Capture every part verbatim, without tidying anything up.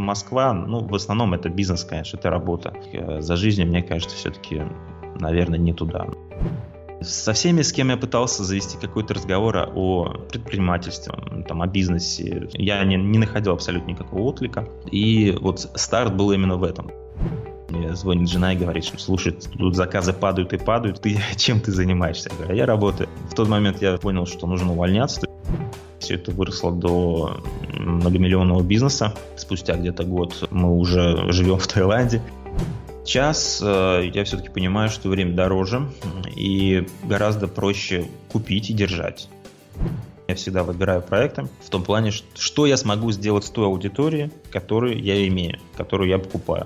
Москва, ну, в основном это бизнес, конечно, это работа. За жизнью, мне кажется, все-таки, наверное, не туда. Со всеми, с кем я пытался завести какой-то разговор о предпринимательстве, там, о бизнесе, я не, не находил абсолютно никакого отклика. И вот старт был именно в этом. Мне звонит жена и говорит, что слушай, тут заказы падают и падают, ты чем ты занимаешься? Я говорю, я работаю. В тот момент я понял, что нужно увольняться. Все это выросло до многомиллионного бизнеса. Спустя где-то год мы уже живем в Таиланде. Сейчас э, я все-таки понимаю, что время дороже и гораздо проще купить и держать. Я всегда выбираю проекты в том плане, что, что я смогу сделать с той аудиторией, которую я имею, которую я покупаю.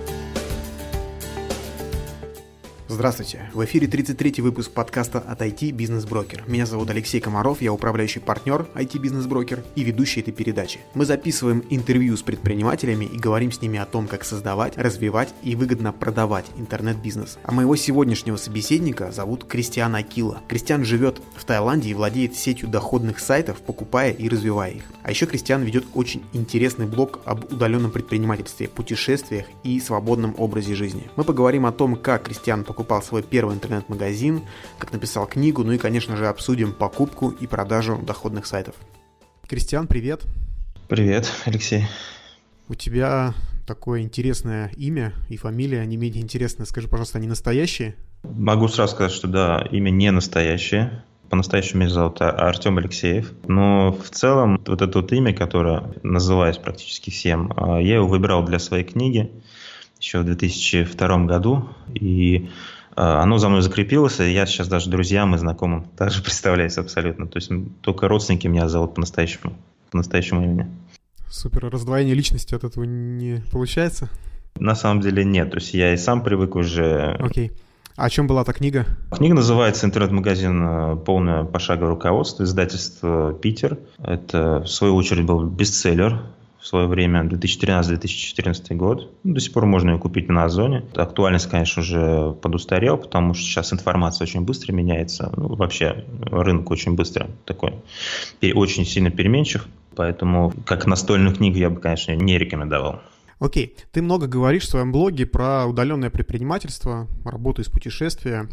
Здравствуйте! В эфире тридцать третий выпуск подкаста от ай ти Business Broker. Меня зовут Алексей Комаров, я управляющий партнер ай ти Business Broker и ведущий этой передачи. Мы записываем интервью с предпринимателями и говорим с ними о том, как создавать, развивать и выгодно продавать интернет-бизнес. А моего сегодняшнего собеседника зовут Кристиан Акила. Кристиан живет в Таиланде и владеет сетью доходных сайтов, покупая и развивая их. А еще Кристиан ведет очень интересный блог об удаленном предпринимательстве, путешествиях и свободном образе жизни. Мы поговорим о том, как Кристиан покупал свой первый интернет-магазин, как написал книгу, ну и, конечно же, обсудим покупку и продажу доходных сайтов. Кристиан, привет. Привет, Алексей. У тебя такое интересное имя и фамилия, не менее интересная. Скажи, пожалуйста, они настоящие? Могу сразу сказать, что да, имя не настоящее. По-настоящему меня зовут Артем Алексеев. Но в целом вот это вот имя, которое называюсь практически всем, я его выбирал для своей книги еще в две тысячи втором году. И оно за мной закрепилось, и я сейчас даже друзьям и знакомым также представляюсь абсолютно. То есть только родственники меня зовут по-настоящему, по-настоящему имени. Супер, раздвоение личности от этого не получается? На самом деле нет, то есть я и сам привык уже. Окей. А о чем была эта книга? Книга называется «Интернет-магазин. Полное пошаговое руководство», издательство «Питер». Это, в свою очередь, был бестселлер. В свое время, две тысячи тринадцатый - две тысячи четырнадцатый год. До сих пор можно ее купить на Озоне. Актуальность, конечно же, подустарела, потому что сейчас информация очень быстро меняется. Ну, вообще рынок очень быстро такой, очень сильно переменчив. Поэтому как настольную книгу я бы, конечно, не рекомендовал. Окей, ты много говоришь в своем блоге про удаленное предпринимательство, работу из путешествия.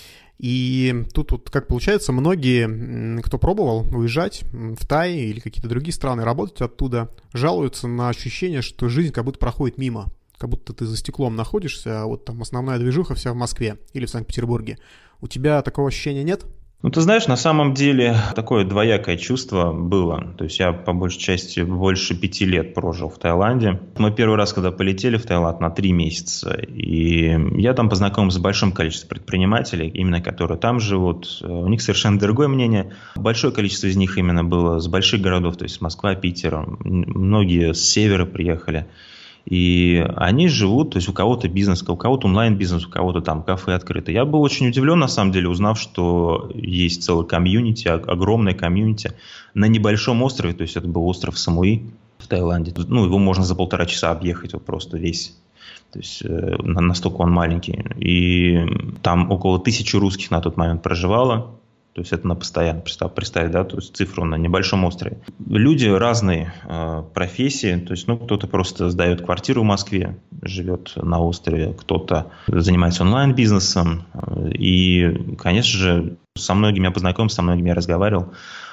И тут вот как получается, многие, кто пробовал уезжать в Тай или какие-то другие страны, работать оттуда, жалуются на ощущение, что жизнь как будто проходит мимо. Как будто ты за стеклом находишься, а вот там основная движуха вся в Москве или в Санкт-Петербурге. У тебя такого ощущения нет? Ну, ты знаешь, на самом деле такое двоякое чувство было. То есть я, по большей части, больше пяти лет прожил в Таиланде. Мы первый раз, когда полетели в Таиланд, на три месяца. И я там познакомился с большим количеством предпринимателей, именно которые там живут. У них совершенно другое мнение. Большое количество из них именно было с больших городов, то есть Москва, Питер. Многие с севера приехали. И они живут, то есть у кого-то бизнес, у кого-то онлайн-бизнес, у кого-то там кафе открыто. Я был очень удивлен, на самом деле, узнав, что есть целый комьюнити, огромное комьюнити на небольшом острове, то есть это был остров Самуи в Таиланде. Ну, его можно за полтора часа объехать, вот просто весь. То есть э, настолько он маленький. И там около тысячи русских на тот момент проживало. То есть это на постоянно, представь, да, то есть цифру на небольшом острове. Люди разные э, профессии, то есть, ну, кто-то просто сдает квартиру в Москве, живет на острове, кто-то занимается онлайн-бизнесом. И, конечно же, со многими я познакомился, со многими я разговаривал.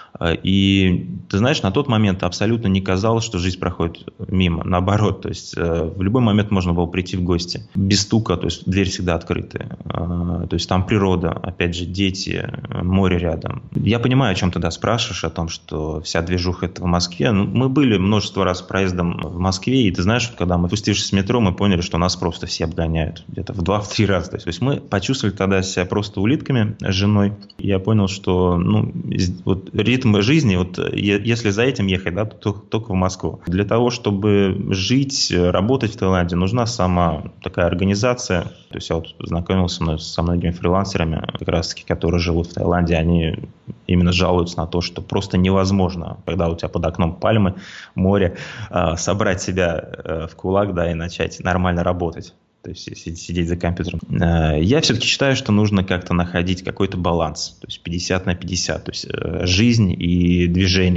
И, ты знаешь, на тот момент абсолютно не казалось, что жизнь проходит мимо. Наоборот, то есть э, в любой момент можно было прийти в гости. Без стука, то есть дверь всегда открытая. Э, то есть там природа, опять же, дети, море рядом. Я понимаю, о чем ты да, спрашиваешь, о том, что вся движуха это в Москве. Ну, мы были множество раз проездом в Москве, и ты знаешь, когда мы спустившись с метро, мы поняли, что нас просто все обгоняют. Где-то в два-три раза. То есть мы почувствовали тогда себя просто улитками с женой. И я понял, что ну, вот ритм жизни, вот если за этим ехать, да, то только в Москву. Для того, чтобы жить, работать в Таиланде, нужна сама такая организация. То есть я вот познакомился со многими фрилансерами, как раз таки, которые живут в Таиланде, они именно жалуются на то, что просто невозможно, когда у тебя под окном пальмы, море, собрать себя в кулак, да, и начать нормально работать. То есть сидеть за компьютером. Я все-таки считаю, что нужно как-то находить какой-то баланс. То есть пятьдесят на пятьдесят. То есть жизнь и движение.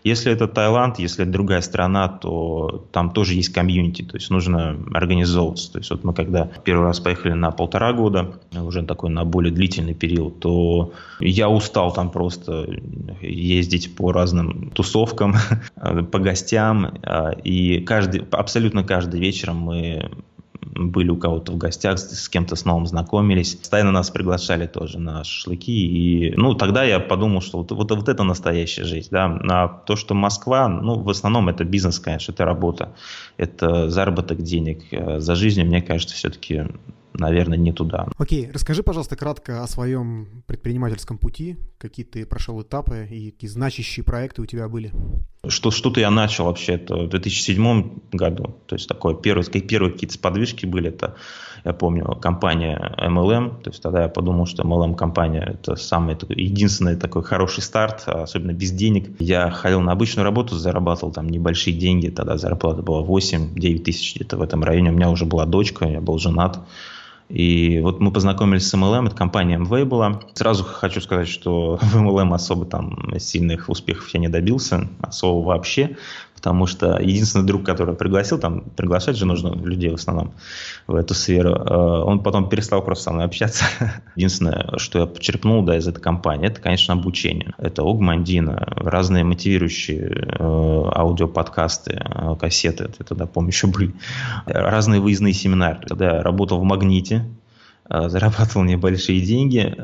Если это Таиланд, если это другая страна, то там тоже есть комьюнити, то есть нужно организовываться. То есть вот мы когда первый раз поехали на полтора года, уже такой на более длительный период, то я устал там просто ездить по разным тусовкам, по гостям, и каждый, абсолютно каждый вечер мы были у кого-то в гостях, с кем-то с новым знакомились. Постоянно нас приглашали тоже на шашлыки. И, ну, тогда я подумал, что вот, вот, вот это настоящая жизнь. Да? А то, что Москва, ну, в основном это бизнес, конечно, это работа. Это заработок денег. За жизнью, мне кажется, все-таки, наверное, не туда. Окей, расскажи, пожалуйста, кратко о своем предпринимательском пути. Какие ты прошел этапы и какие значащие проекты у тебя были? Что, что-то я начал вообще это в две тысячи седьмом году. То есть такое первые, первые какие-то сподвижки были. Это, я помню, компания эм эл эм. То есть тогда я подумал, что эм эл эм-компания это самый, единственный такой хороший старт, особенно без денег. Я ходил на обычную работу, зарабатывал там небольшие деньги. Тогда зарплата была восемь-девять тысяч где-то в этом районе. У меня уже была дочка, я был женат. И вот мы познакомились с эм эл эм, это компания Amway была. Сразу хочу сказать, что в эм эл эм особо там сильных успехов я не добился, особо вообще, потому что единственный друг, который пригласил, там приглашать же нужно людей в основном в эту сферу, он потом перестал просто со мной общаться. Единственное, что я почерпнул, да, из этой компании, это, конечно, обучение. Это Огмандина, разные мотивирующие э, аудиоподкасты, э, кассеты, это тогда, помню, еще были, разные выездные семинары. Тогда я работал в Магните, зарабатывал небольшие деньги,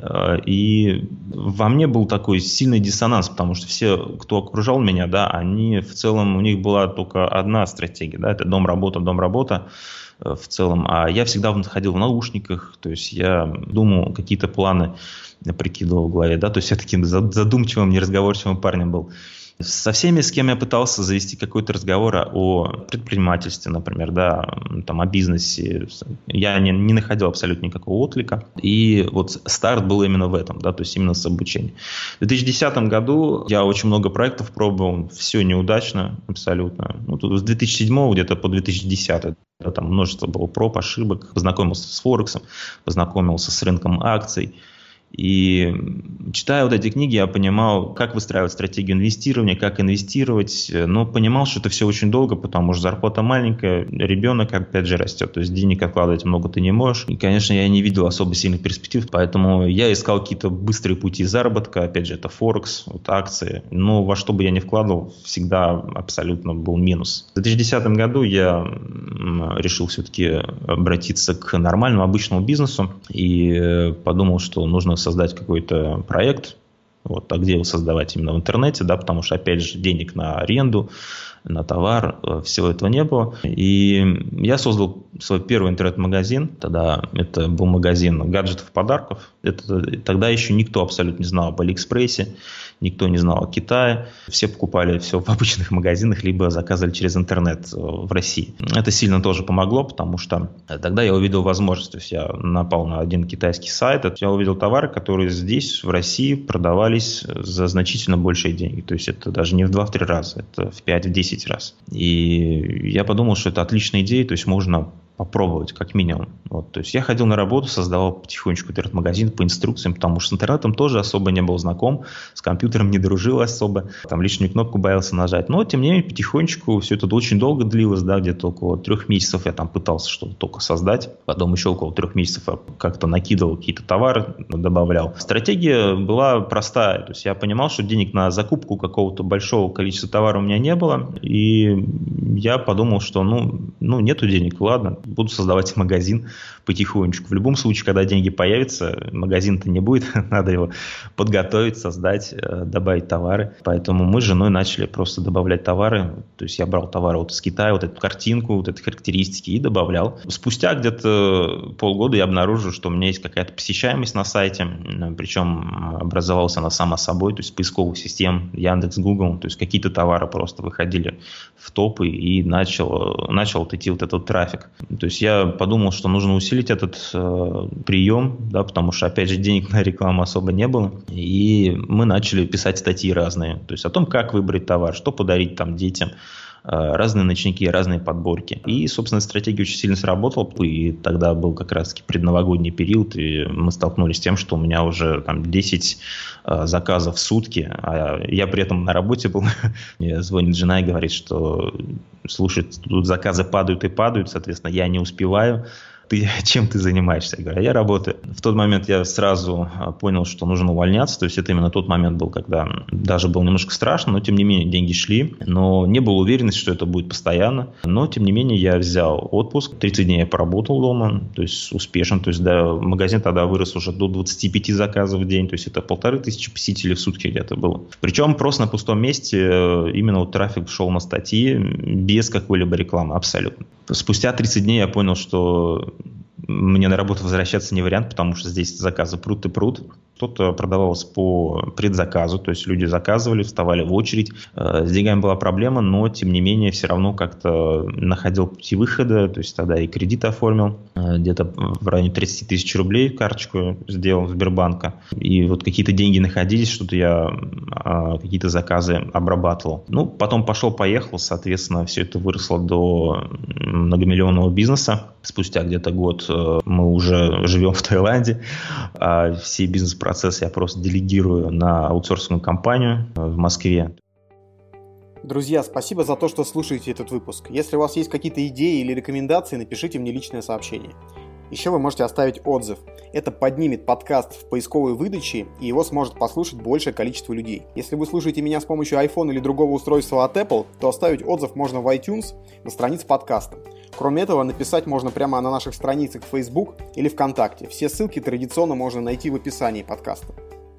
и во мне был такой сильный диссонанс, потому что все, кто окружал меня, да, они в целом, у них была только одна стратегия, да, это дом-работа, дом-работа в целом, а я всегда ходил в наушниках, то есть я думал, какие-то планы прикидывал в голове, да, то есть я таким задумчивым, неразговорчивым парнем был. Со всеми, с кем я пытался завести какой-то разговор о предпринимательстве, например, да, там, о бизнесе, я не, не находил абсолютно никакого отклика. И вот старт был именно в этом, да, то есть именно с обучения. В две тысячи десятом году я очень много проектов пробовал, все неудачно абсолютно. Ну, тут с две тысячи седьмого где-то по две тысячи десятый, да, там множество было проб, ошибок. Познакомился с Форексом, познакомился с рынком акций. И читая вот эти книги, я понимал, как выстраивать стратегию инвестирования, как инвестировать, но понимал, что это все очень долго, потому что зарплата маленькая, ребенок опять же растет, то есть денег откладывать много ты не можешь. И, конечно, я не видел особо сильных перспектив, поэтому я искал какие-то быстрые пути заработка, опять же, это Форекс, вот акции, но во что бы я ни вкладывал, всегда абсолютно был минус. В две тысячи десятом году я решил все-таки обратиться к нормальному, обычному бизнесу и подумал, что нужно создать какой-то проект, вот, а где его создавать именно в интернете, да, потому что, опять же, денег на аренду, на товар, всего этого не было. И я создал свой первый интернет-магазин, тогда это был магазин гаджетов, подарков, это, тогда еще никто абсолютно не знал об Алиэкспрессе, никто не знал о Китае, все покупали все в обычных магазинах, либо заказывали через интернет в России. Это сильно тоже помогло, потому что тогда я увидел возможность, то есть я напал на один китайский сайт, я увидел товары, которые здесь, в России, продавались за значительно большие деньги, то есть это даже не в два-три раза, это в пять-десять раз. И я подумал, что это отличная идея, то есть можно попробовать, как минимум. Вот, то есть я ходил на работу, создавал потихонечку интернет-магазин по инструкциям, потому что с интернетом тоже особо не был знаком, с компьютером не дружил особо, там лишнюю кнопку боялся нажать. Но, тем не менее, потихонечку все это очень долго длилось, да, где-то около трех месяцев я там пытался что-то только создать, потом еще около трех месяцев я как-то накидывал какие-то товары, добавлял. Стратегия была простая, то есть я понимал, что денег на закупку какого-то большого количества товара у меня не было, и я подумал, что ну, ну нету денег, ладно, буду создавать магазин потихонечку. В любом случае, когда деньги появятся, магазин-то не будет, надо его подготовить, создать, добавить товары. Поэтому мы с женой начали просто добавлять товары. То есть я брал товары вот из Китая, вот эту картинку, вот эти характеристики и добавлял. Спустя где-то полгода я обнаружил, что у меня есть какая-то посещаемость на сайте, причем образовалась она сама собой, то есть поисковых систем, Яндекс, Google, то есть какие-то товары просто выходили в топы и начал, начал вот идти вот этот трафик. То есть я подумал, что нужно усилить этот э, прием, да, потому что, опять же, денег на рекламу особо не было. И мы начали писать статьи разные. То есть о том, как выбрать товар, что подарить там детям, разные ночники, разные подборки. И, собственно, стратегия очень сильно сработала, и тогда был как раз-таки предновогодний период, и мы столкнулись с тем, что у меня уже там десять заказов в сутки, а я при этом на работе был. Мне звонит жена и говорит, что, слушай, тут заказы падают и падают, соответственно, я не успеваю. Ты, чем ты занимаешься? Я говорю, я работаю. В тот момент я сразу понял, что нужно увольняться. То есть это именно тот момент был, когда даже было немножко страшно, но тем не менее деньги шли. Но не было уверенности, что это будет постоянно. Но тем не менее я взял отпуск. тридцать дней я поработал дома, то есть успешно. То есть да, магазин тогда вырос уже до двадцати пяти заказов в день. То есть это полторы тысячи посетителей в сутки где-то было. Причем просто на пустом месте именно вот трафик шел на статьи без какой-либо рекламы абсолютно. Спустя тридцать дней я понял, что мне на работу возвращаться не вариант, потому что здесь заказы прут и прут. Что-то продавалось по предзаказу, то есть люди заказывали, вставали в очередь. С деньгами была проблема, но тем не менее все равно как-то находил пути выхода, то есть тогда и кредит оформил, где-то в районе тридцать тысяч рублей карточку сделал в Сбербанка. И вот какие-то деньги находились, что-то я какие-то заказы обрабатывал. Ну, потом пошел-поехал, соответственно, все это выросло до многомиллионного бизнеса. Спустя где-то год мы уже живем в Таиланде, а все бизнес-процессы я просто делегирую на аутсорсинговую компанию в Москве. Друзья, спасибо за то, что слушаете этот выпуск. Если у вас есть какие-то идеи или рекомендации, напишите мне личное сообщение. Еще вы можете оставить отзыв. Это поднимет подкаст в поисковой выдаче, и его сможет послушать большее количество людей. Если вы слушаете меня с помощью iPhone или другого устройства от Apple, то оставить отзыв можно в iTunes на странице подкаста. Кроме этого, написать можно прямо на наших страницах в Facebook или ВКонтакте. Все ссылки традиционно можно найти в описании подкаста.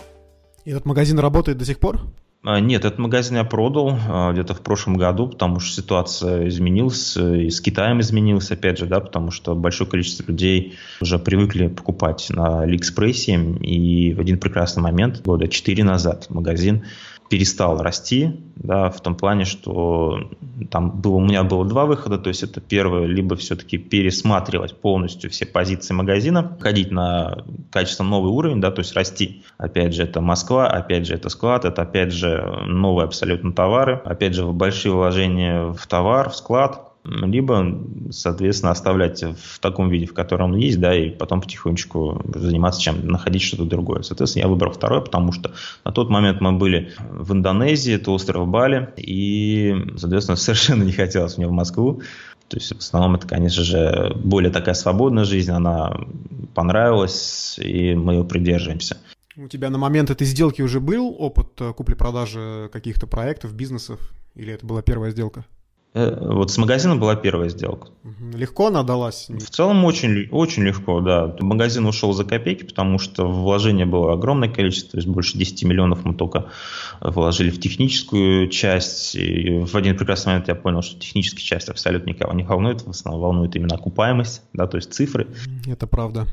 И этот магазин работает до сих пор? Нет, этот магазин я продал где-то в прошлом году, потому что ситуация изменилась, и с Китаем изменилась, опять же, да, потому что большое количество людей уже привыкли покупать на Алиэкспрессе, и в один прекрасный момент, года четыре назад, магазин перестал расти, да, в том плане, что там было, у меня было два выхода, то есть это первое, либо все-таки пересматривать полностью все позиции магазина, ходить на качественно новый уровень, да, то есть расти. Опять же, это Москва, опять же, это склад, это опять же новые абсолютно товары, опять же, большие вложения в товар, в склад, либо, соответственно, оставлять в таком виде, в котором он есть, да, и потом потихонечку заниматься чем, находить что-то другое. Соответственно, я выбрал второе, потому что на тот момент мы были в Индонезии, это остров Бали, и, соответственно, совершенно не хотелось мне в Москву. То есть, в основном, это, конечно же, более такая свободная жизнь, она понравилась, и мы ее придерживаемся. У тебя на момент этой сделки уже был опыт купли-продажи каких-то проектов, бизнесов, или это была первая сделка? Вот с магазином была первая сделка. Легко она далась? В целом очень, очень легко, да. Магазин ушел за копейки, потому что вложение было огромное количество, то есть больше десяти миллионов мы только вложили в техническую часть. И в один прекрасный момент я понял, что техническая часть абсолютно никого не волнует, в основном волнует именно окупаемость, да, то есть цифры. Это правда.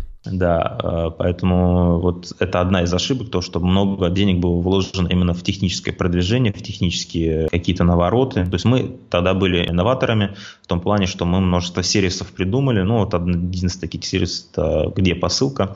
Да, поэтому вот это одна из ошибок, то, что много денег было вложено именно в техническое продвижение, в технические какие-то навороты. То есть мы тогда были инноваторами в том плане, что мы множество сервисов придумали. Ну, вот один из таких сервисов, это «Где посылка?».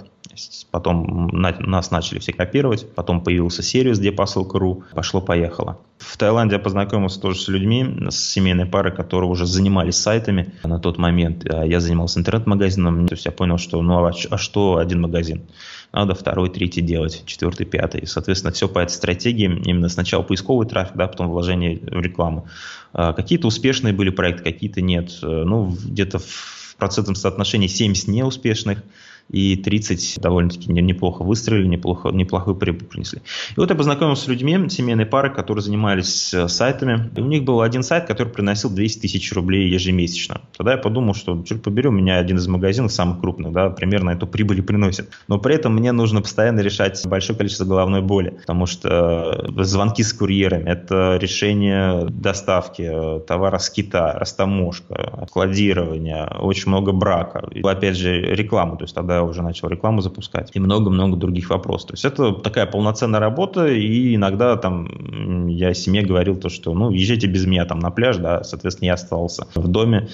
Потом на, нас начали все копировать, потом появился сервис «Где посылка.ру», пошло-поехало. В Таиланде я познакомился тоже с людьми, с семейной парой, которые уже занимались сайтами на тот момент. Я занимался интернет-магазином, то есть я понял, что ну а, а что один магазин? Надо второй, третий делать, четвертый, пятый. И, соответственно, все по этой стратегии. Именно сначала поисковый трафик, да, потом вложение в рекламу. Какие-то успешные были проекты, какие-то нет. Ну, где-то в процентном соотношении семьдесят неуспешных. И тридцать довольно-таки неплохо выстрелили, неплохо, неплохую прибыль принесли. И вот я познакомился с людьми, семейной парой, которые занимались сайтами. И у них был один сайт, который приносил двести тысяч рублей ежемесячно. Тогда я подумал, что, черт побери, у меня один из магазинов самых крупных, да, примерно эту прибыль и приносит. Но при этом мне нужно постоянно решать большое количество головной боли, потому что звонки с курьерами, это решение доставки товара с Китая, растаможка, складирование, очень много брака. И, опять же, реклама, то есть тогда я уже начал рекламу запускать и много-много других вопросов. То есть это такая полноценная работа, и иногда там я семье говорил то, что ну езжайте без меня там на пляж, да, соответственно, я оставался в доме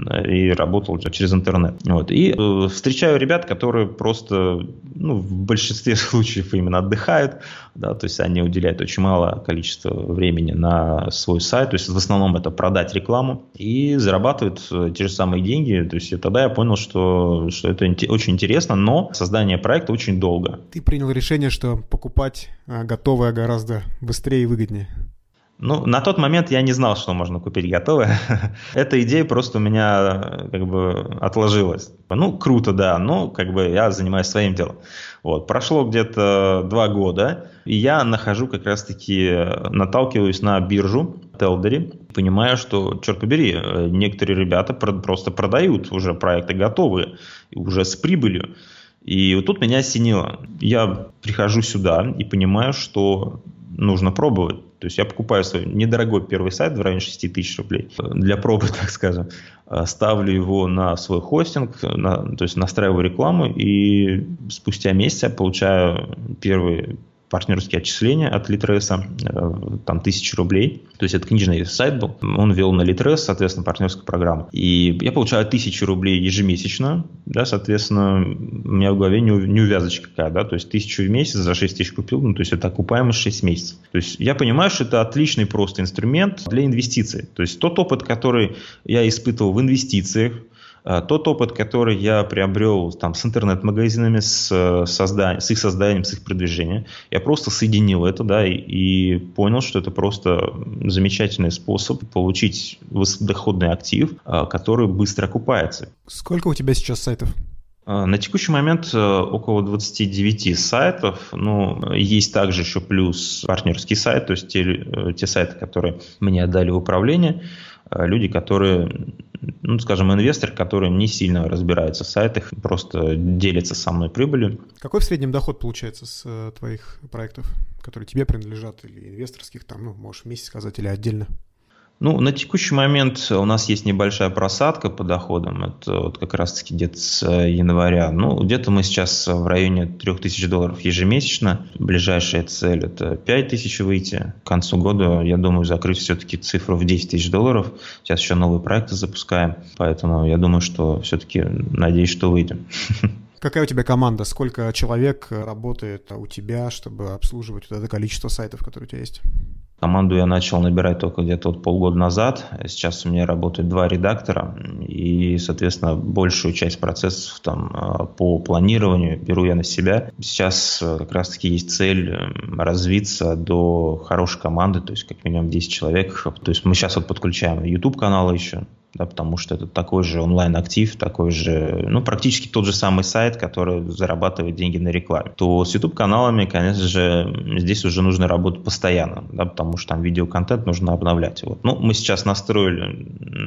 и работал через интернет. Вот. И э, встречаю ребят, которые просто ну, в большинстве случаев именно отдыхают, да, то есть они уделяют очень мало количества времени на свой сайт, то есть в основном это продать рекламу и зарабатывают те же самые деньги. То есть тогда я понял, что, что это очень интересно, но создание проекта очень долго. Ты принял решение, что покупать готовое гораздо быстрее и выгоднее. Ну, на тот момент я не знал, что можно купить готовое. Эта идея просто у меня как бы отложилась. Ну, круто, да, но как бы я занимаюсь своим делом. Вот. Прошло где-то два года, и я нахожу как раз-таки, наталкиваюсь на биржу Телдери, понимаю, что, черт побери, некоторые ребята просто продают уже проекты готовые, уже с прибылью. И вот тут меня осенило. Я прихожу сюда и понимаю, что нужно пробовать. То есть я покупаю свой недорогой первый сайт в районе шесть тысяч рублей для пробы, так скажем. Ставлю его на свой хостинг, на, то есть настраиваю рекламу, и спустя месяц я получаю первый партнерские отчисления от Литреса, там тысяча рублей. То есть это книжный сайт был. Он вел на Литрес, соответственно, партнерскую программу. И я получаю тысячу рублей ежемесячно, да, соответственно, у меня в голове неувязочка какая, да, то есть тысячу в месяц за шесть тысяч купил, ну, то есть это окупаемость шесть месяцев. То есть я понимаю, что это отличный просто инструмент для инвестиций. То есть тот опыт, который я испытывал в инвестициях, тот опыт, который я приобрел там, с интернет-магазинами, с, созданием, с их созданием, с их продвижением, я просто соединил это, да, и, и понял, что это просто замечательный способ получить высокодоходный актив, который быстро окупается. Сколько у тебя сейчас сайтов? На текущий момент около двадцать девять сайтов, ну, есть также еще плюс партнерский сайт, то есть те, те сайты, которые мне отдали в управление, люди, которые, ну, скажем, инвестор, который не сильно разбирается в сайтах, просто делится со мной прибылью. Какой в среднем доход получается с твоих проектов, которые тебе принадлежат, или инвесторских, там, ну, можешь вместе сказать, или отдельно? Ну, на текущий момент у нас есть небольшая просадка по доходам, это вот как раз-таки где-то с января. Ну, где-то мы сейчас в районе три тысячи долларов ежемесячно. Ближайшая цель – это пять тысяч выйти. К концу года, я думаю, закрыть все-таки цифру в десять тысяч долларов. Сейчас еще новые проекты запускаем, поэтому я думаю, что все-таки, надеюсь, что выйдем. Какая у тебя команда? Сколько человек работает у тебя, чтобы обслуживать вот это количество сайтов, которые у тебя есть? Команду я начал набирать только где-то вот полгода назад. Сейчас у меня работают два редактора, и, соответственно, большую часть процессов там, по планированию беру я на себя. Сейчас как раз-таки есть цель развиться до хорошей команды, то есть как минимум десять человек. То есть мы сейчас вот подключаем YouTube-каналы еще, да, потому что это такой же онлайн-актив, такой же, ну, практически тот же самый сайт, который зарабатывает деньги на рекламе. То с YouTube-каналами, конечно же, здесь уже нужно работать постоянно, да, потому что там видеоконтент нужно обновлять. Вот. Ну, мы сейчас настроили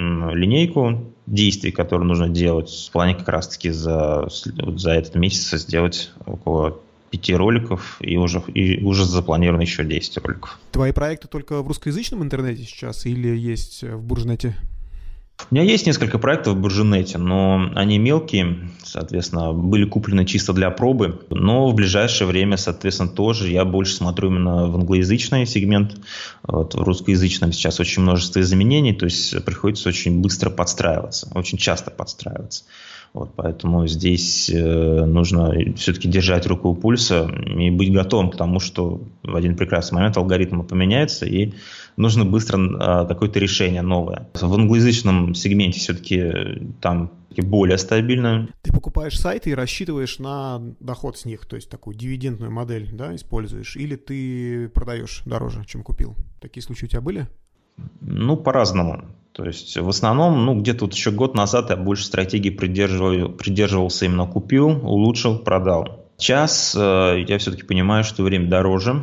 линейку действий, которые нужно делать в плане как раз-таки за, за этот месяц сделать около пяти роликов, и уже, и уже запланировано еще десять роликов. Твои проекты только в русскоязычном интернете сейчас или есть в Буржнете? У меня есть несколько проектов в Буржнете, но они мелкие, соответственно, были куплены чисто для пробы. Но в ближайшее время, соответственно, тоже я больше смотрю именно в англоязычный сегмент. Вот, в русскоязычном сейчас очень множество изменений, то есть приходится очень быстро подстраиваться, очень часто подстраиваться. Вот, поэтому здесь э, нужно все-таки держать руку у пульса и быть готовым к тому, что в один прекрасный момент алгоритмы поменяются, и нужно быстро э, какое-то решение новое. В англоязычном сегменте все-таки там более стабильно. Ты покупаешь сайты и рассчитываешь на доход с них, то есть такую дивидендную модель, да, используешь, или ты продаешь дороже, чем купил? Такие случаи у тебя были? Ну, по-разному. То есть, в основном, ну, где-то вот еще год назад я больше стратегии придерживал, придерживался именно купил, улучшил, продал. Сейчас э, я все-таки понимаю, что время дороже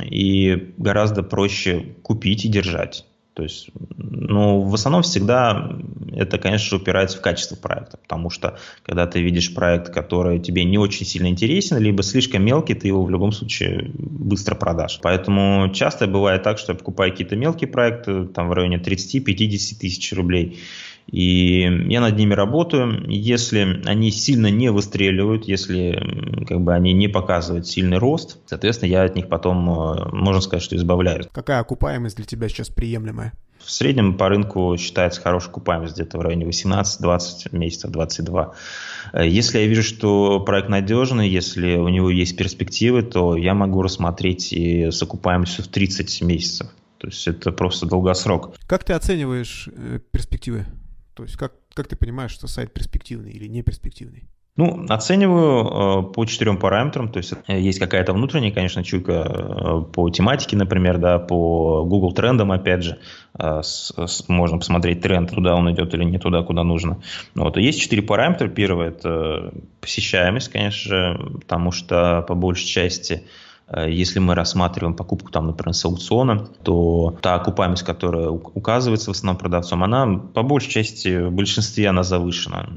и гораздо проще купить и держать. То есть, ну, в основном всегда это, конечно, упирается в качество проекта, потому что, когда ты видишь проект, который тебе не очень сильно интересен, либо слишком мелкий, ты его в любом случае быстро продашь. Поэтому часто бывает так, что я покупаю какие-то мелкие проекты, там в районе тридцать-пятьдесят тысяч рублей, И я над ними работаю. Если они сильно не выстреливают, если как бы, они не показывают сильный рост, соответственно, я от них потом, можно сказать, что избавляюсь. Какая окупаемость для тебя сейчас приемлемая? В среднем по рынку считается хорошая окупаемость где-то в районе восемнадцать-двадцать месяцев, двадцать два. Если я вижу, что проект надежный, если у него есть перспективы, то я могу рассмотреть и с окупаемостью в тридцать месяцев. То есть это просто долгосрок. Как ты оцениваешь э, перспективы? То есть как, как ты понимаешь, что сайт перспективный или не перспективный? Ну, оцениваю э, по четырем параметрам, то есть э, есть какая-то внутренняя, конечно, чуйка э, по тематике, например, да, по Google трендам, опять же, э, с, с, можно посмотреть тренд, туда он идет или не туда, куда нужно. Вот. И есть четыре параметра. Первый – это посещаемость, конечно же, потому что по большей части, если мы рассматриваем покупку, там, например, с аукциона, то та окупаемость, которая указывается в основном продавцом, она по большей части в большинстве она завышена.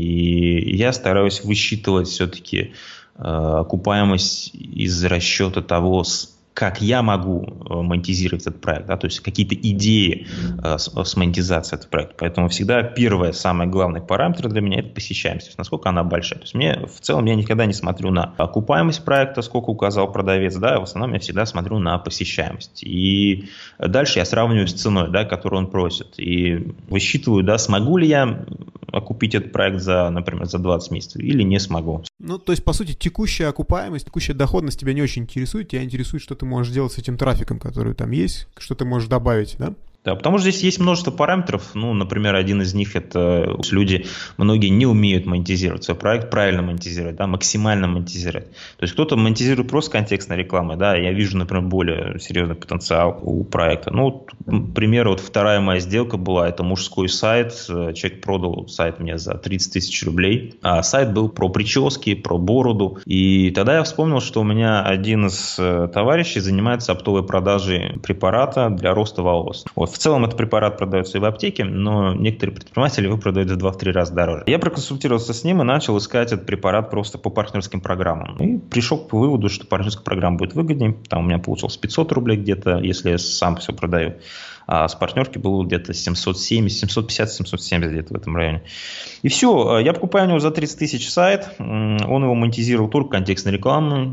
И я стараюсь высчитывать все-таки э, окупаемость из расчета того, как я могу монетизировать этот проект, да, то есть какие-то идеи э, с, с монетизацией этого проекта. Поэтому всегда первый, самый главный параметр для меня – это посещаемость, то есть насколько она большая. То есть мне, в целом я никогда не смотрю на окупаемость проекта, сколько указал продавец, да, в основном я всегда смотрю на посещаемость. И дальше я сравниваю с ценой, да, которую он просит. И высчитываю, да, смогу ли я окупить этот проект за, например, за двадцать месяцев или не смогу. Ну, то есть, по сути, текущая окупаемость, текущая доходность тебя не очень интересует, тебя интересует, что ты можешь делать с этим трафиком, который там есть, что ты можешь добавить, да? Да, потому что здесь есть множество параметров. Ну, например, один из них – это люди, многие не умеют монетизировать свой проект, правильно монетизировать, да, максимально монетизировать. То есть кто-то монетизирует просто контекстной рекламой, да, я вижу, например, более серьезный потенциал у проекта. Ну, к примеру, вот вторая моя сделка была, это мужской сайт, человек продал сайт мне за тридцать тысяч рублей, а сайт был про прически, про бороду, и тогда я вспомнил, что у меня один из товарищей занимается оптовой продажей препарата для роста волос. Вот. В целом этот препарат продается и в аптеке, но некоторые предприниматели его продают в два-три раза дороже. Я проконсультировался с ним и начал искать этот препарат просто по партнерским программам. И пришел к выводу, что партнерская программа будет выгоднее. Там у меня получилось пятьсот рублей где-то, если я сам все продаю. А с партнерки было где-то семьсот семьдесят, семьсот пятьдесят, семьсот семьдесят где-то в этом районе. И все, я покупаю у него за тридцать тысяч сайт, он его монетизировал только контекстной рекламой,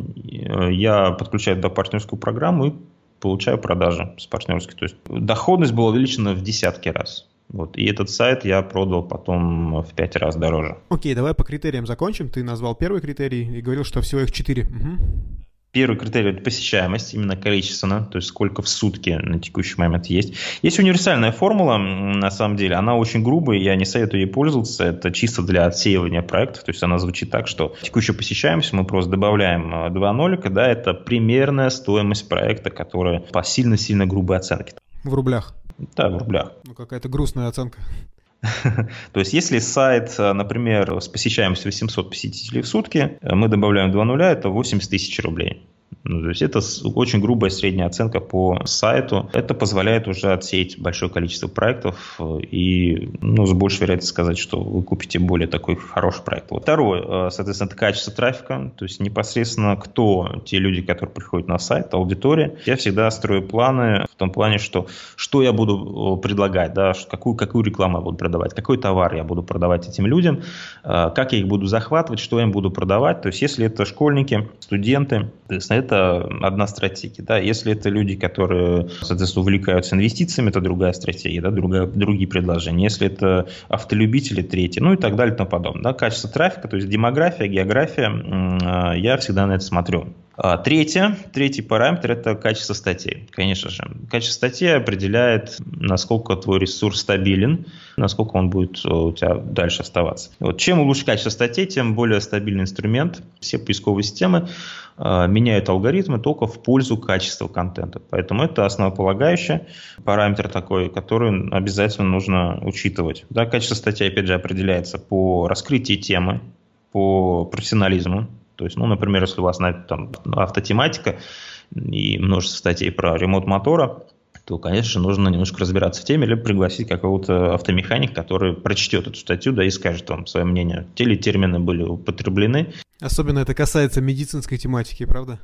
я подключаю туда партнерскую программу и получаю продажи с партнерской. То есть доходность была увеличена в десятки раз. Вот. И этот сайт я продал потом в пять раз дороже. Окей, давай по критериям закончим. Ты назвал первый критерий и говорил, что всего их четыре. Угу. Первый критерий – это посещаемость, именно количественно, то есть сколько в сутки на текущий момент есть. Есть универсальная формула, на самом деле, она очень грубая, я не советую ей пользоваться, это чисто для отсеивания проектов, то есть она звучит так, что текущую посещаемость мы просто добавляем два нолика, да, это примерная стоимость проекта, которая по сильно-сильно грубой оценке. В рублях? Да, в рублях. Ну, какая-то грустная оценка. То есть, если сайт, например, с посещаемостью восемьсот посетителей в сутки, мы добавляем два нуля, это восемьдесят тысяч рублей. Ну, то есть это очень грубая средняя оценка по сайту. Это позволяет уже отсеять большое количество проектов и, ну, с большей вероятностью сказать, что вы купите более такой хороший проект. Вот. Второе, соответственно, это качество трафика. То есть непосредственно кто те люди, которые приходят на сайт, аудитория. Я всегда строю планы в том плане, что что я буду предлагать, да, какую, какую рекламу я буду продавать, какой товар я буду продавать этим людям, как я их буду захватывать, что я им буду продавать. То есть если это школьники, студенты, это одна стратегия. Да. Если это люди, которые, соответственно, увлекаются инвестициями, это другая стратегия, да, другая, другие предложения. Если это автолюбители, третья, ну и так далее и тому подобное. Да. Качество трафика, то есть демография, география, я всегда на это смотрю. Третье, третий параметр – это качество статей, конечно же. Качество статей определяет, насколько твой ресурс стабилен, насколько он будет у тебя дальше оставаться. Вот. Чем лучше качество статей, тем более стабильный инструмент. Все поисковые системы э, меняют алгоритмы только в пользу качества контента. Поэтому это основополагающий параметр такой, который обязательно нужно учитывать. Да, качество статей, опять же, определяется по раскрытию темы, по профессионализму. То есть, ну, например, если у вас там автотематика и множество статей про ремонт мотора, то, конечно, нужно немножко разбираться в теме, либо пригласить какого-то автомеханика, который прочтет эту статью, да, и скажет вам свое мнение. Те ли термины были употреблены. Особенно это касается медицинской тематики, правда?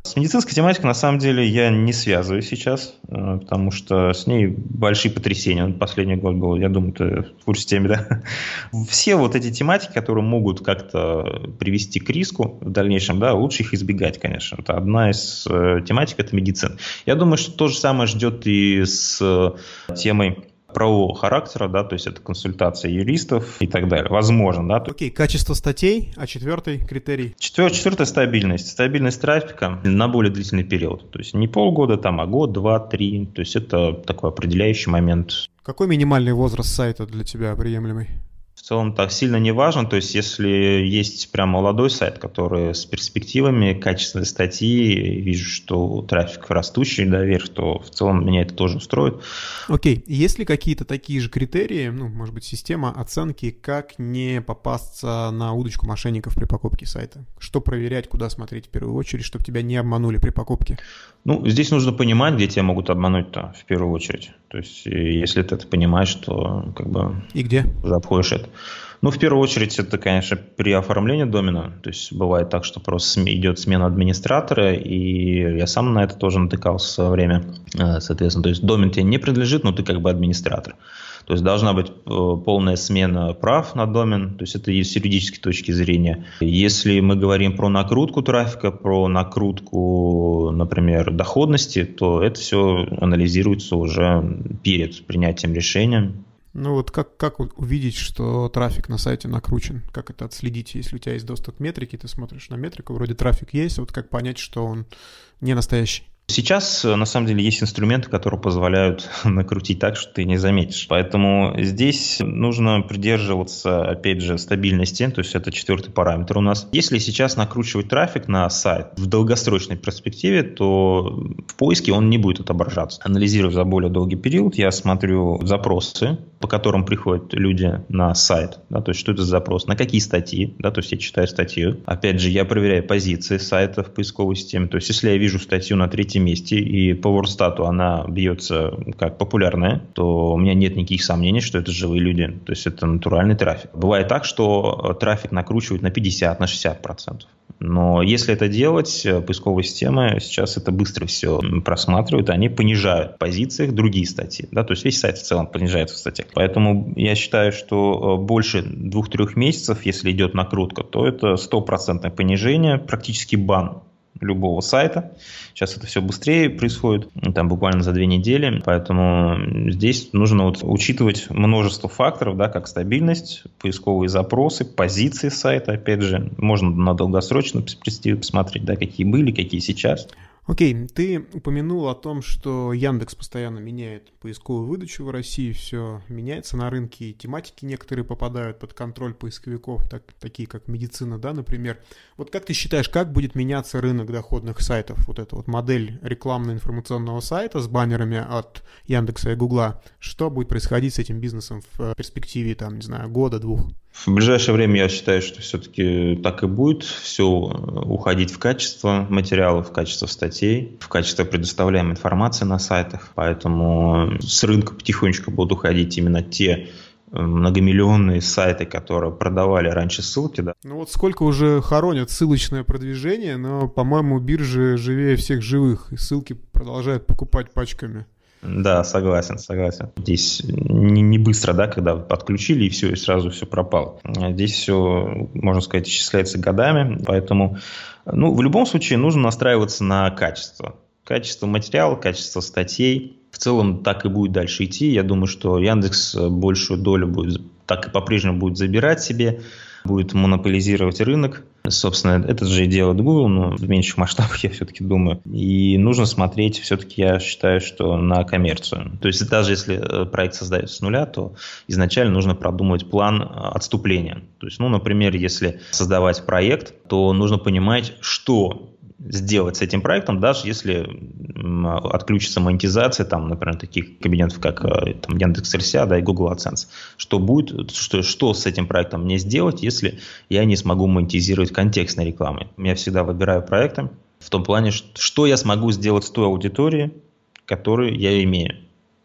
С медицинской тематикой, на самом деле, я не связываю сейчас, потому что с ней большие потрясения. Последний год был, я думаю, ты в курсе темы, да? Все вот эти тематики, которые могут как-то привести к риску в дальнейшем, да, лучше их избегать, конечно. Это одна из тематик – это медицина. Я думаю, что то же самое ждет и с темой правового характера, да, то есть это консультация юристов и так далее. Возможно, да. Окей, okay, качество статей, а четвертый критерий? Четвертый, четвертый – стабильность. Стабильность трафика на более длительный период. То есть не полгода, там, а год, два, три. То есть это такой определяющий момент. Какой минимальный возраст сайта для тебя приемлемый? В целом так сильно не важно, то есть если есть прям молодой сайт, который с перспективами, качественной статьи, вижу, что трафик растущий, да, вверх, то в целом меня это тоже устроит. Окей, okay. Есть ли какие-то такие же критерии, ну, может быть, система оценки, как не попасться на удочку мошенников при покупке сайта? Что проверять, куда смотреть в первую очередь, чтобы тебя не обманули при покупке? Ну, здесь нужно понимать, где тебя могут обмануть-то в первую очередь. То есть если ты это понимаешь, то как бы... И где? Уже обходишь это. Ну, в первую очередь, это, конечно, при оформлении домена. То есть бывает так, что просто идет смена администратора, и я сам на это тоже натыкался в свое время. Соответственно, то есть домен тебе не принадлежит, но ты как бы администратор. То есть должна быть полная смена прав на домен, то есть это с юридической точки зрения. Если мы говорим про накрутку трафика, про накрутку, например, доходности, то это все анализируется уже перед принятием решения. Ну вот как, как увидеть, что трафик на сайте накручен? Как это отследить? Если у тебя есть доступ к метрике, ты смотришь на метрику, вроде трафик есть, вот как понять, что он не настоящий? Сейчас, на самом деле, есть инструменты, которые позволяют накрутить так, что ты не заметишь. Поэтому здесь нужно придерживаться, опять же, стабильности, то есть это четвертый параметр у нас. Если сейчас накручивать трафик на сайт в долгосрочной перспективе, то в поиске он не будет отображаться. Анализируя за более долгий период, я смотрю запросы, по которым приходят люди на сайт, да, то есть что это за запрос, на какие статьи, да, то есть я читаю статью. Опять же, я проверяю позиции сайта в поисковой системе, то есть если я вижу статью на третьем месте и по WordStat она бьется как популярная, то у меня нет никаких сомнений, что это живые люди, то есть это натуральный трафик. Бывает так, что трафик накручивают на пятьдесят, на шестьдесят процентов. Но если это делать, поисковые системы сейчас это быстро все просматривают, они понижают в позициях другие статьи, да, то есть весь сайт в целом понижается в статьях. Поэтому я считаю, что больше двух-трех месяцев, если идет накрутка, то это стопроцентное понижение, практически бан любого сайта. Сейчас это все быстрее происходит, там буквально за две недели, поэтому здесь нужно вот учитывать множество факторов, да, как стабильность, поисковые запросы, позиции сайта, опять же, можно на долгосрочную перспективу посмотреть, да, какие были, какие сейчас. Окей, okay. Ты упомянул о том, что Яндекс постоянно меняет поисковую выдачу в России, все меняется на рынке, и тематики некоторые попадают под контроль поисковиков, так, такие как медицина, да, например. Вот как ты считаешь, как будет меняться рынок доходных сайтов? Вот эта вот модель рекламно-информационного сайта с баннерами от Яндекса и Гугла, что будет происходить с этим бизнесом в перспективе, там, не знаю, года-двух? В ближайшее время я считаю, что все-таки так и будет. Все уходить в качество материалов, в качество статей, в качество предоставляемой информации на сайтах. Поэтому с рынка потихонечку будут уходить именно те многомиллионные сайты, которые продавали раньше ссылки. Да. Ну вот сколько уже хоронят ссылочное продвижение, но, по-моему, биржи живее всех живых, и ссылки продолжают покупать пачками. Да, согласен, согласен. Здесь не, не быстро, да, когда подключили и все, и сразу все пропало. Здесь все, можно сказать, исчисляется годами, поэтому, ну, в любом случае нужно настраиваться на качество. Качество материала, качество статей. В целом так и будет дальше идти. Я думаю, что Яндекс большую долю будет, так и по-прежнему будет забирать себе, будет монополизировать рынок. Собственно, это же и делает Google, но в меньших масштабах, я все-таки думаю. И нужно смотреть, все-таки я считаю, что на коммерцию. То есть даже если проект создается с нуля, то изначально нужно продумывать план отступления. То есть, ну, например, если создавать проект, то нужно понимать, что сделать с этим проектом, даже если отключится монетизация, там, например, таких кабинетов, как там, Яндекс.Рся, да, и Google AdSense. Что будет, что, что с этим проектом мне сделать, если я не смогу монетизировать контекстной рекламой? Я всегда выбираю проекты в том плане, что я смогу сделать с той аудиторией, которую я имею.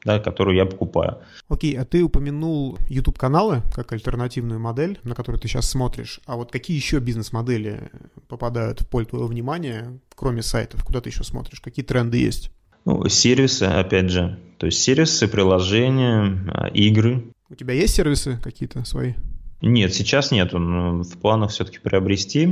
да, которую я покупаю. Окей, а ты упомянул YouTube-каналы как альтернативную модель, на которую ты сейчас смотришь. А вот какие еще бизнес-модели попадают в поле твоего внимания, кроме сайтов? Куда ты еще смотришь? Какие тренды есть? Ну, сервисы, опять же. То есть сервисы, приложения, игры. У тебя есть сервисы какие-то свои? Нет, сейчас нету, но в планах все-таки приобрести.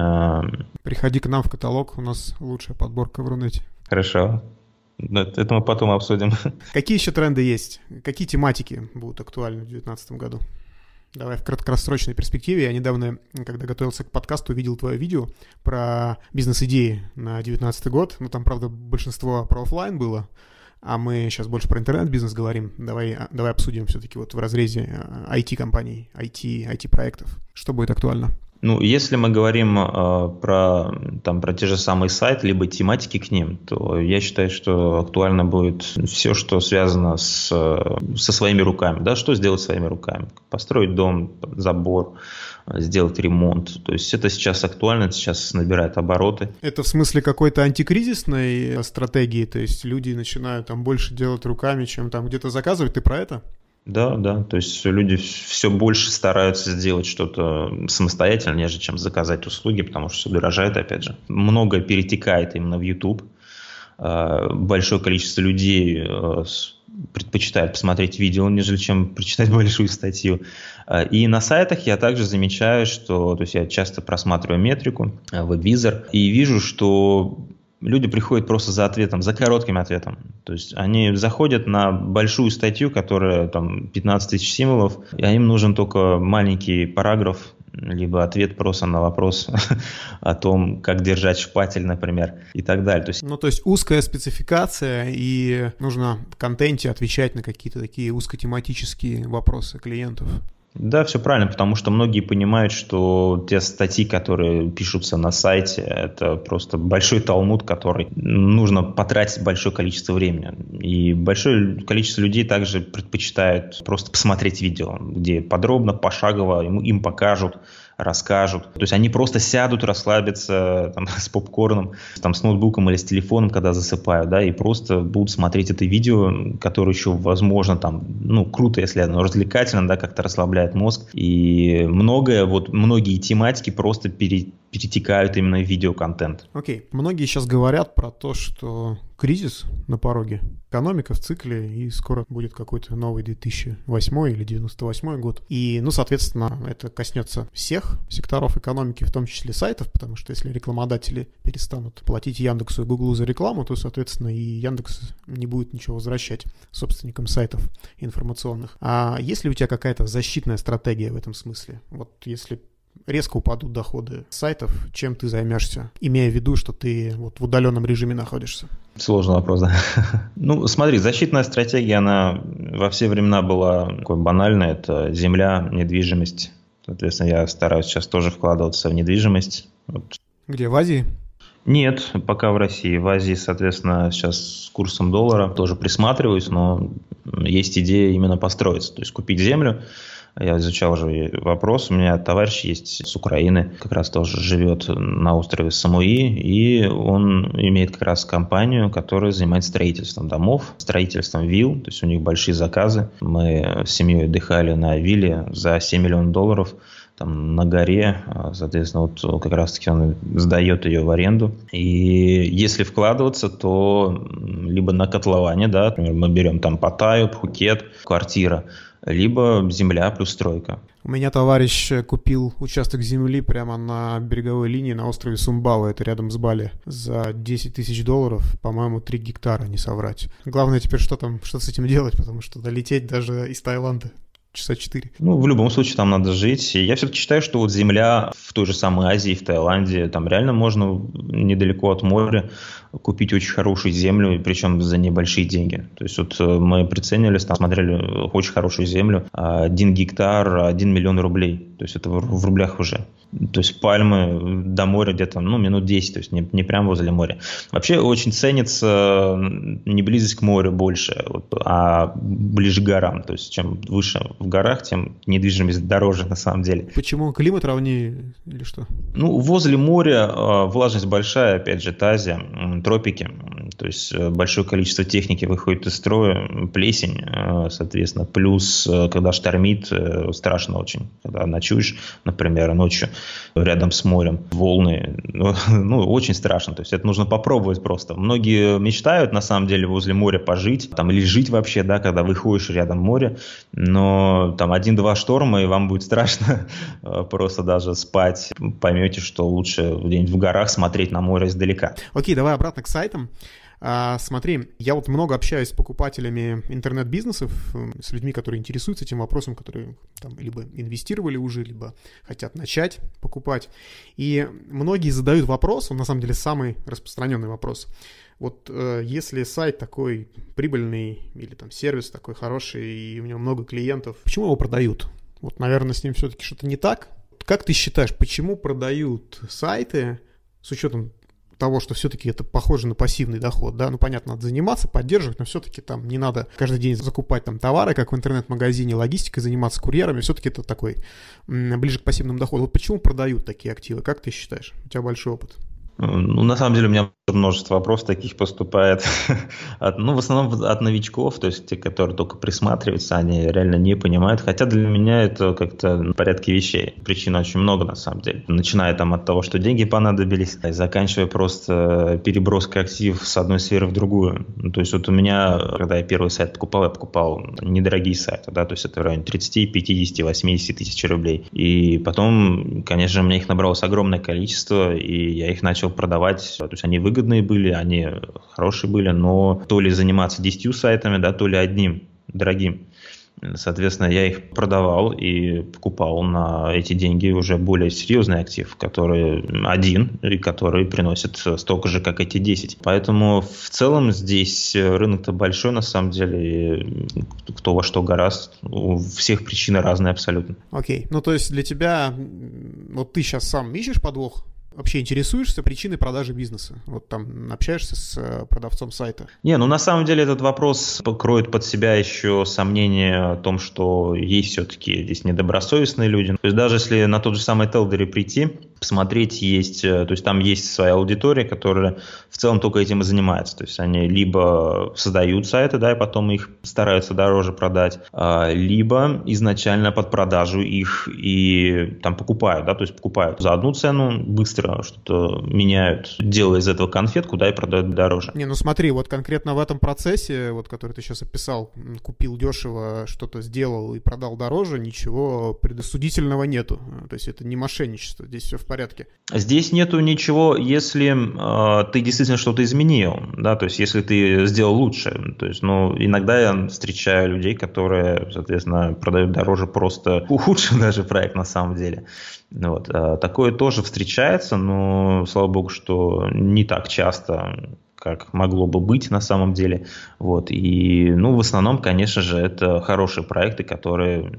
Приходи к нам в каталог, у нас лучшая подборка в Рунете. Хорошо, это мы потом обсудим. Какие еще тренды есть? Какие тематики будут актуальны в две тысячи девятнадцатом году? Давай в краткосрочной перспективе. Я недавно, когда готовился к подкасту, увидел твое видео про бизнес-идеи на две тысячи девятнадцатый год. Ну, там, правда, большинство про офлайн было. А мы сейчас больше про интернет-бизнес говорим. Давай, давай обсудим все-таки вот в разрезе ай ти-компаний, ай ти, ай ти-проектов. Что будет актуально? Ну, если мы говорим э, про, там, про те же самые сайты, либо тематики к ним, то я считаю, что актуально будет все, что связано с, со своими руками. Да? Что сделать своими руками? Построить дом, забор, сделать ремонт. То есть это сейчас актуально, это сейчас набирает обороты. Это в смысле какой-то антикризисной стратегии? То есть люди начинают там больше делать руками, чем там где-то заказывать? Ты про это? Да, да, то есть люди все больше стараются сделать что-то самостоятельно, нежели чем заказать услуги, потому что все дорожает, опять же. Многое перетекает именно в YouTube. Большое количество людей предпочитает посмотреть видео, нежели чем прочитать большую статью. И на сайтах я также замечаю, что, то есть я часто просматриваю метрику, веб-визор, и вижу, что люди приходят просто за ответом, за коротким ответом. То есть они заходят на большую статью, которая там пятнадцать тысяч символов, и им нужен только маленький параграф, либо ответ просто на вопрос о том, как держать шпатель, например, и так далее. То есть... Ну, то есть узкая спецификация, и нужно в контенте отвечать на какие-то такие узкотематические вопросы клиентов. Да, все правильно, потому что многие понимают, что те статьи, которые пишутся на сайте, это просто большой талмуд, который нужно потратить большое количество времени. И большое количество людей также предпочитают просто посмотреть видео, где подробно, пошагово им, им покажут, расскажут. То есть они просто сядут, расслабятся там, с попкорном, там, с ноутбуком или с телефоном, когда засыпают, да, и просто будут смотреть это видео, которое еще, возможно, там, ну, круто, если оно развлекательно, да, как-то расслабляет мозг. И многое, вот, многие тематики просто пере, перетекают именно в видеоконтент. Окей. Okay. Многие сейчас говорят про то, что кризис на пороге, экономика в цикле, и скоро будет какой-то новый две тысячи восьмой или девяносто восьмой год. И, ну, соответственно, это коснется всех секторов экономики, в том числе сайтов, потому что если рекламодатели перестанут платить Яндексу и Гуглу за рекламу, то, соответственно, и Яндекс не будет ничего возвращать собственникам сайтов информационных. А есть ли у тебя какая-то защитная стратегия в этом смысле? Вот если резко упадут доходы сайтов, чем ты займешься, имея в виду, что ты вот в удаленном режиме находишься? Сложный вопрос, да. Ну, смотри, защитная стратегия, она во все времена была такой банальной. Это земля, недвижимость. Соответственно, я стараюсь сейчас тоже вкладываться в недвижимость. Вот. Где, в Азии? Нет, пока в России. В Азии, соответственно, сейчас с курсом доллара тоже присматриваюсь, но есть идея именно построиться, то есть купить землю. Я изучал уже вопрос. У меня товарищ есть с Украины, как раз тоже живет на острове Самуи, и он имеет как раз компанию, которая занимается строительством домов, строительством вилл, то есть у них большие заказы. Мы с семьей отдыхали на вилле за семь миллионов долларов, там на горе, соответственно, вот как раз-таки он сдает ее в аренду. И если вкладываться, то либо на котловане, да, например, мы берем там Паттайю, Пхукет, квартира, либо земля плюс стройка. У меня товарищ купил участок земли прямо на береговой линии на острове Сумбава, это рядом с Бали, за десять тысяч долларов, по-моему, три гектара, не соврать. Главное теперь, что там, что с этим делать, потому что долететь даже из Таиланда часа четыре. Ну, в любом случае там надо жить. И я все-таки считаю, что вот земля в той же самой Азии, в Таиланде, там реально можно недалеко от моря купить очень хорошую землю, причем за небольшие деньги. То есть вот мы приценились, там смотрели очень хорошую землю, один гектар, один миллион рублей. То есть это в рублях уже. То есть пальмы до моря где-то, ну, минут десять, то есть не, не прямо возле моря. Вообще очень ценится не близость к морю больше, вот, а ближе к горам. То есть чем выше в горах, тем недвижимость дороже на самом деле. Почему? Климат ровнее или что? Ну, возле моря влажность большая, опять же, это Азия, тропики. То есть большое количество техники выходит из строя, плесень, соответственно, плюс, когда штормит, страшно очень. Когда ночуешь, например, ночью рядом с морем, волны, ну, очень страшно. То есть это нужно попробовать просто. Многие мечтают, на самом деле, возле моря пожить, там, или жить вообще, да, когда выходишь рядом море, но там один-два шторма, и вам будет страшно просто даже спать. Поймете, что лучше где-нибудь в горах смотреть на море издалека. Окей, давай обратно к сайтам. А, смотри, я вот много общаюсь с покупателями интернет-бизнесов, с людьми, которые интересуются этим вопросом, которые там либо инвестировали уже, либо хотят начать покупать. И многие задают вопрос, он на самом деле самый распространенный вопрос. Вот э, если сайт такой прибыльный или там сервис такой хороший, и у него много клиентов, почему его продают? Вот, наверное, с ним все-таки что-то не так. Как ты считаешь, почему продают сайты с учетом того, что все-таки это похоже на пассивный доход, да, ну, понятно, надо заниматься, поддерживать, но все-таки там не надо каждый день закупать там товары, как в интернет-магазине, логистикой заниматься, курьерами, все-таки это такой м- ближе к пассивному доходу. Вот почему продают такие активы, как ты считаешь? У тебя большой опыт. Ну, на самом деле, у меня множество вопросов таких поступает. от, ну, в основном от новичков, то есть те, которые только присматриваются, они реально не понимают. Хотя для меня это как-то в порядке вещей. Причин очень много, на самом деле. Начиная там от того, что деньги понадобились, и заканчивая просто переброской активов с одной сферы в другую. Ну, то есть вот у меня, когда я первый сайт покупал, я покупал недорогие сайты, да, то есть это в районе тридцать, пятьдесят, восемьдесят тысяч рублей. И потом, конечно, у меня их набралось огромное количество, и я их начал продавать, то есть они выгодные были, они хорошие были, но то ли заниматься десятью сайтами, да, то ли одним дорогим. Соответственно, я их продавал и покупал на эти деньги уже более серьезный актив, который один и который приносит столько же, как эти десять. Поэтому в целом здесь рынок-то большой на самом деле, и кто во что гораст, у всех причины разные абсолютно. Окей, ну то есть для тебя, вот ты сейчас сам ищешь подвох? Вообще интересуешься причиной продажи бизнеса? Вот там общаешься с продавцом сайта? Не, ну на самом деле этот вопрос покроет под себя еще сомнение о том, что есть все-таки здесь недобросовестные люди. То есть даже если на тот же самый Телдери прийти, посмотреть есть, то есть там есть своя аудитория, которая в целом только этим и занимается. То есть они либо создают сайты, да, и потом их стараются дороже продать, либо изначально под продажу их и там покупают, да, то есть покупают за одну цену, быстро что-то меняют, делая из этого конфетку, да, и продают дороже. Не, ну смотри, вот конкретно в этом процессе, вот который ты сейчас описал, купил дешево, что-то сделал и продал дороже, ничего предосудительного нету. То есть это не мошенничество, здесь все в порядке. Здесь нету ничего, если э, ты действительно что-то изменил, да, то есть если ты сделал лучше. То есть, ну, иногда я встречаю людей, которые, соответственно, продают дороже, просто ухудшив даже проект на самом деле. Вот. Такое тоже встречается, но, слава богу, что не так часто, как могло бы быть на самом деле. Вот. И, ну, в основном, конечно же, это хорошие проекты, которые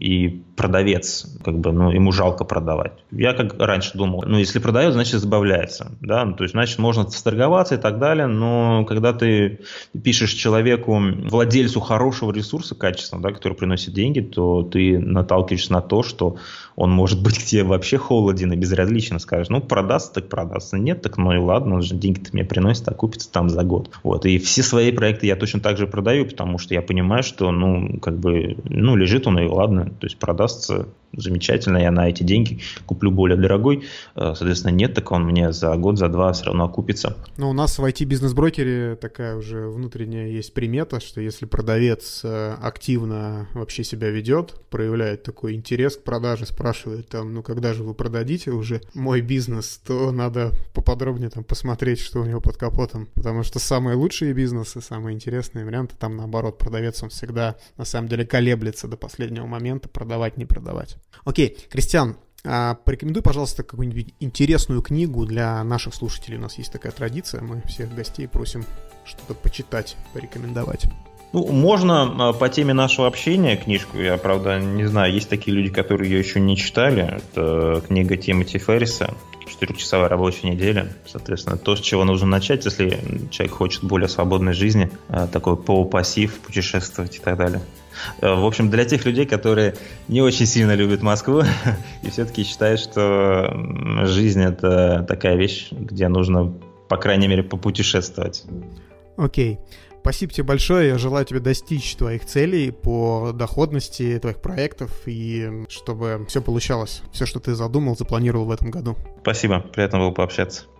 и продавец, как бы, ну, ему жалко продавать. Я как раньше думал, ну, если продает, значит, избавляется, да, ну, то есть, значит, можно сторговаться и так далее, но когда ты пишешь человеку, владельцу хорошего ресурса, качественного, да, который приносит деньги, то ты наталкиваешься на то, что он может быть к тебе вообще холоден и безразлично, скажешь, ну, продастся, так продастся, нет, так ну и ладно, он же деньги-то мне приносит, а купится там за год. Вот, и все свои проекты я точно так же продаю, потому что я понимаю, что, ну, как бы, ну, лежит он и ладно, то есть продастся, замечательно, я на эти деньги куплю более дорогой, соответственно, нет, так он мне за год, за два все равно окупится. Но у нас в ай ти-бизнес-брокере такая уже внутренняя есть примета, что если продавец активно вообще себя ведет, проявляет такой интерес к продаже, спрашивает там, ну, когда же вы продадите уже мой бизнес, то надо поподробнее там посмотреть, что у него под капотом, потому что самые лучшие бизнесы, самые интересные варианты, там наоборот, продавец он всегда на самом деле колеблется до последнего момента, продавать, не продавать. Окей, Кристиан, а порекомендуй, пожалуйста, какую-нибудь интересную книгу для наших слушателей. У нас есть такая традиция, мы всех гостей просим что-то почитать, порекомендовать. Ну, можно по теме нашего общения книжку, я, правда, не знаю, есть такие люди, которые ее еще не читали. Это книга Тимоти Ферриса «Четырехчасовая рабочая неделя». Соответственно, то, с чего нужно начать, если человек хочет более свободной жизни, такой полупассив, путешествовать и так далее. В общем, для тех людей, которые не очень сильно любят Москву и все-таки считают, что жизнь – это такая вещь, где нужно по крайней мере, попутешествовать. Окей. Спасибо тебе большое. Я желаю тебе достичь твоих целей по доходности твоих проектов и чтобы все получалось, все, что ты задумал, запланировал в этом году. Спасибо. Приятно было пообщаться.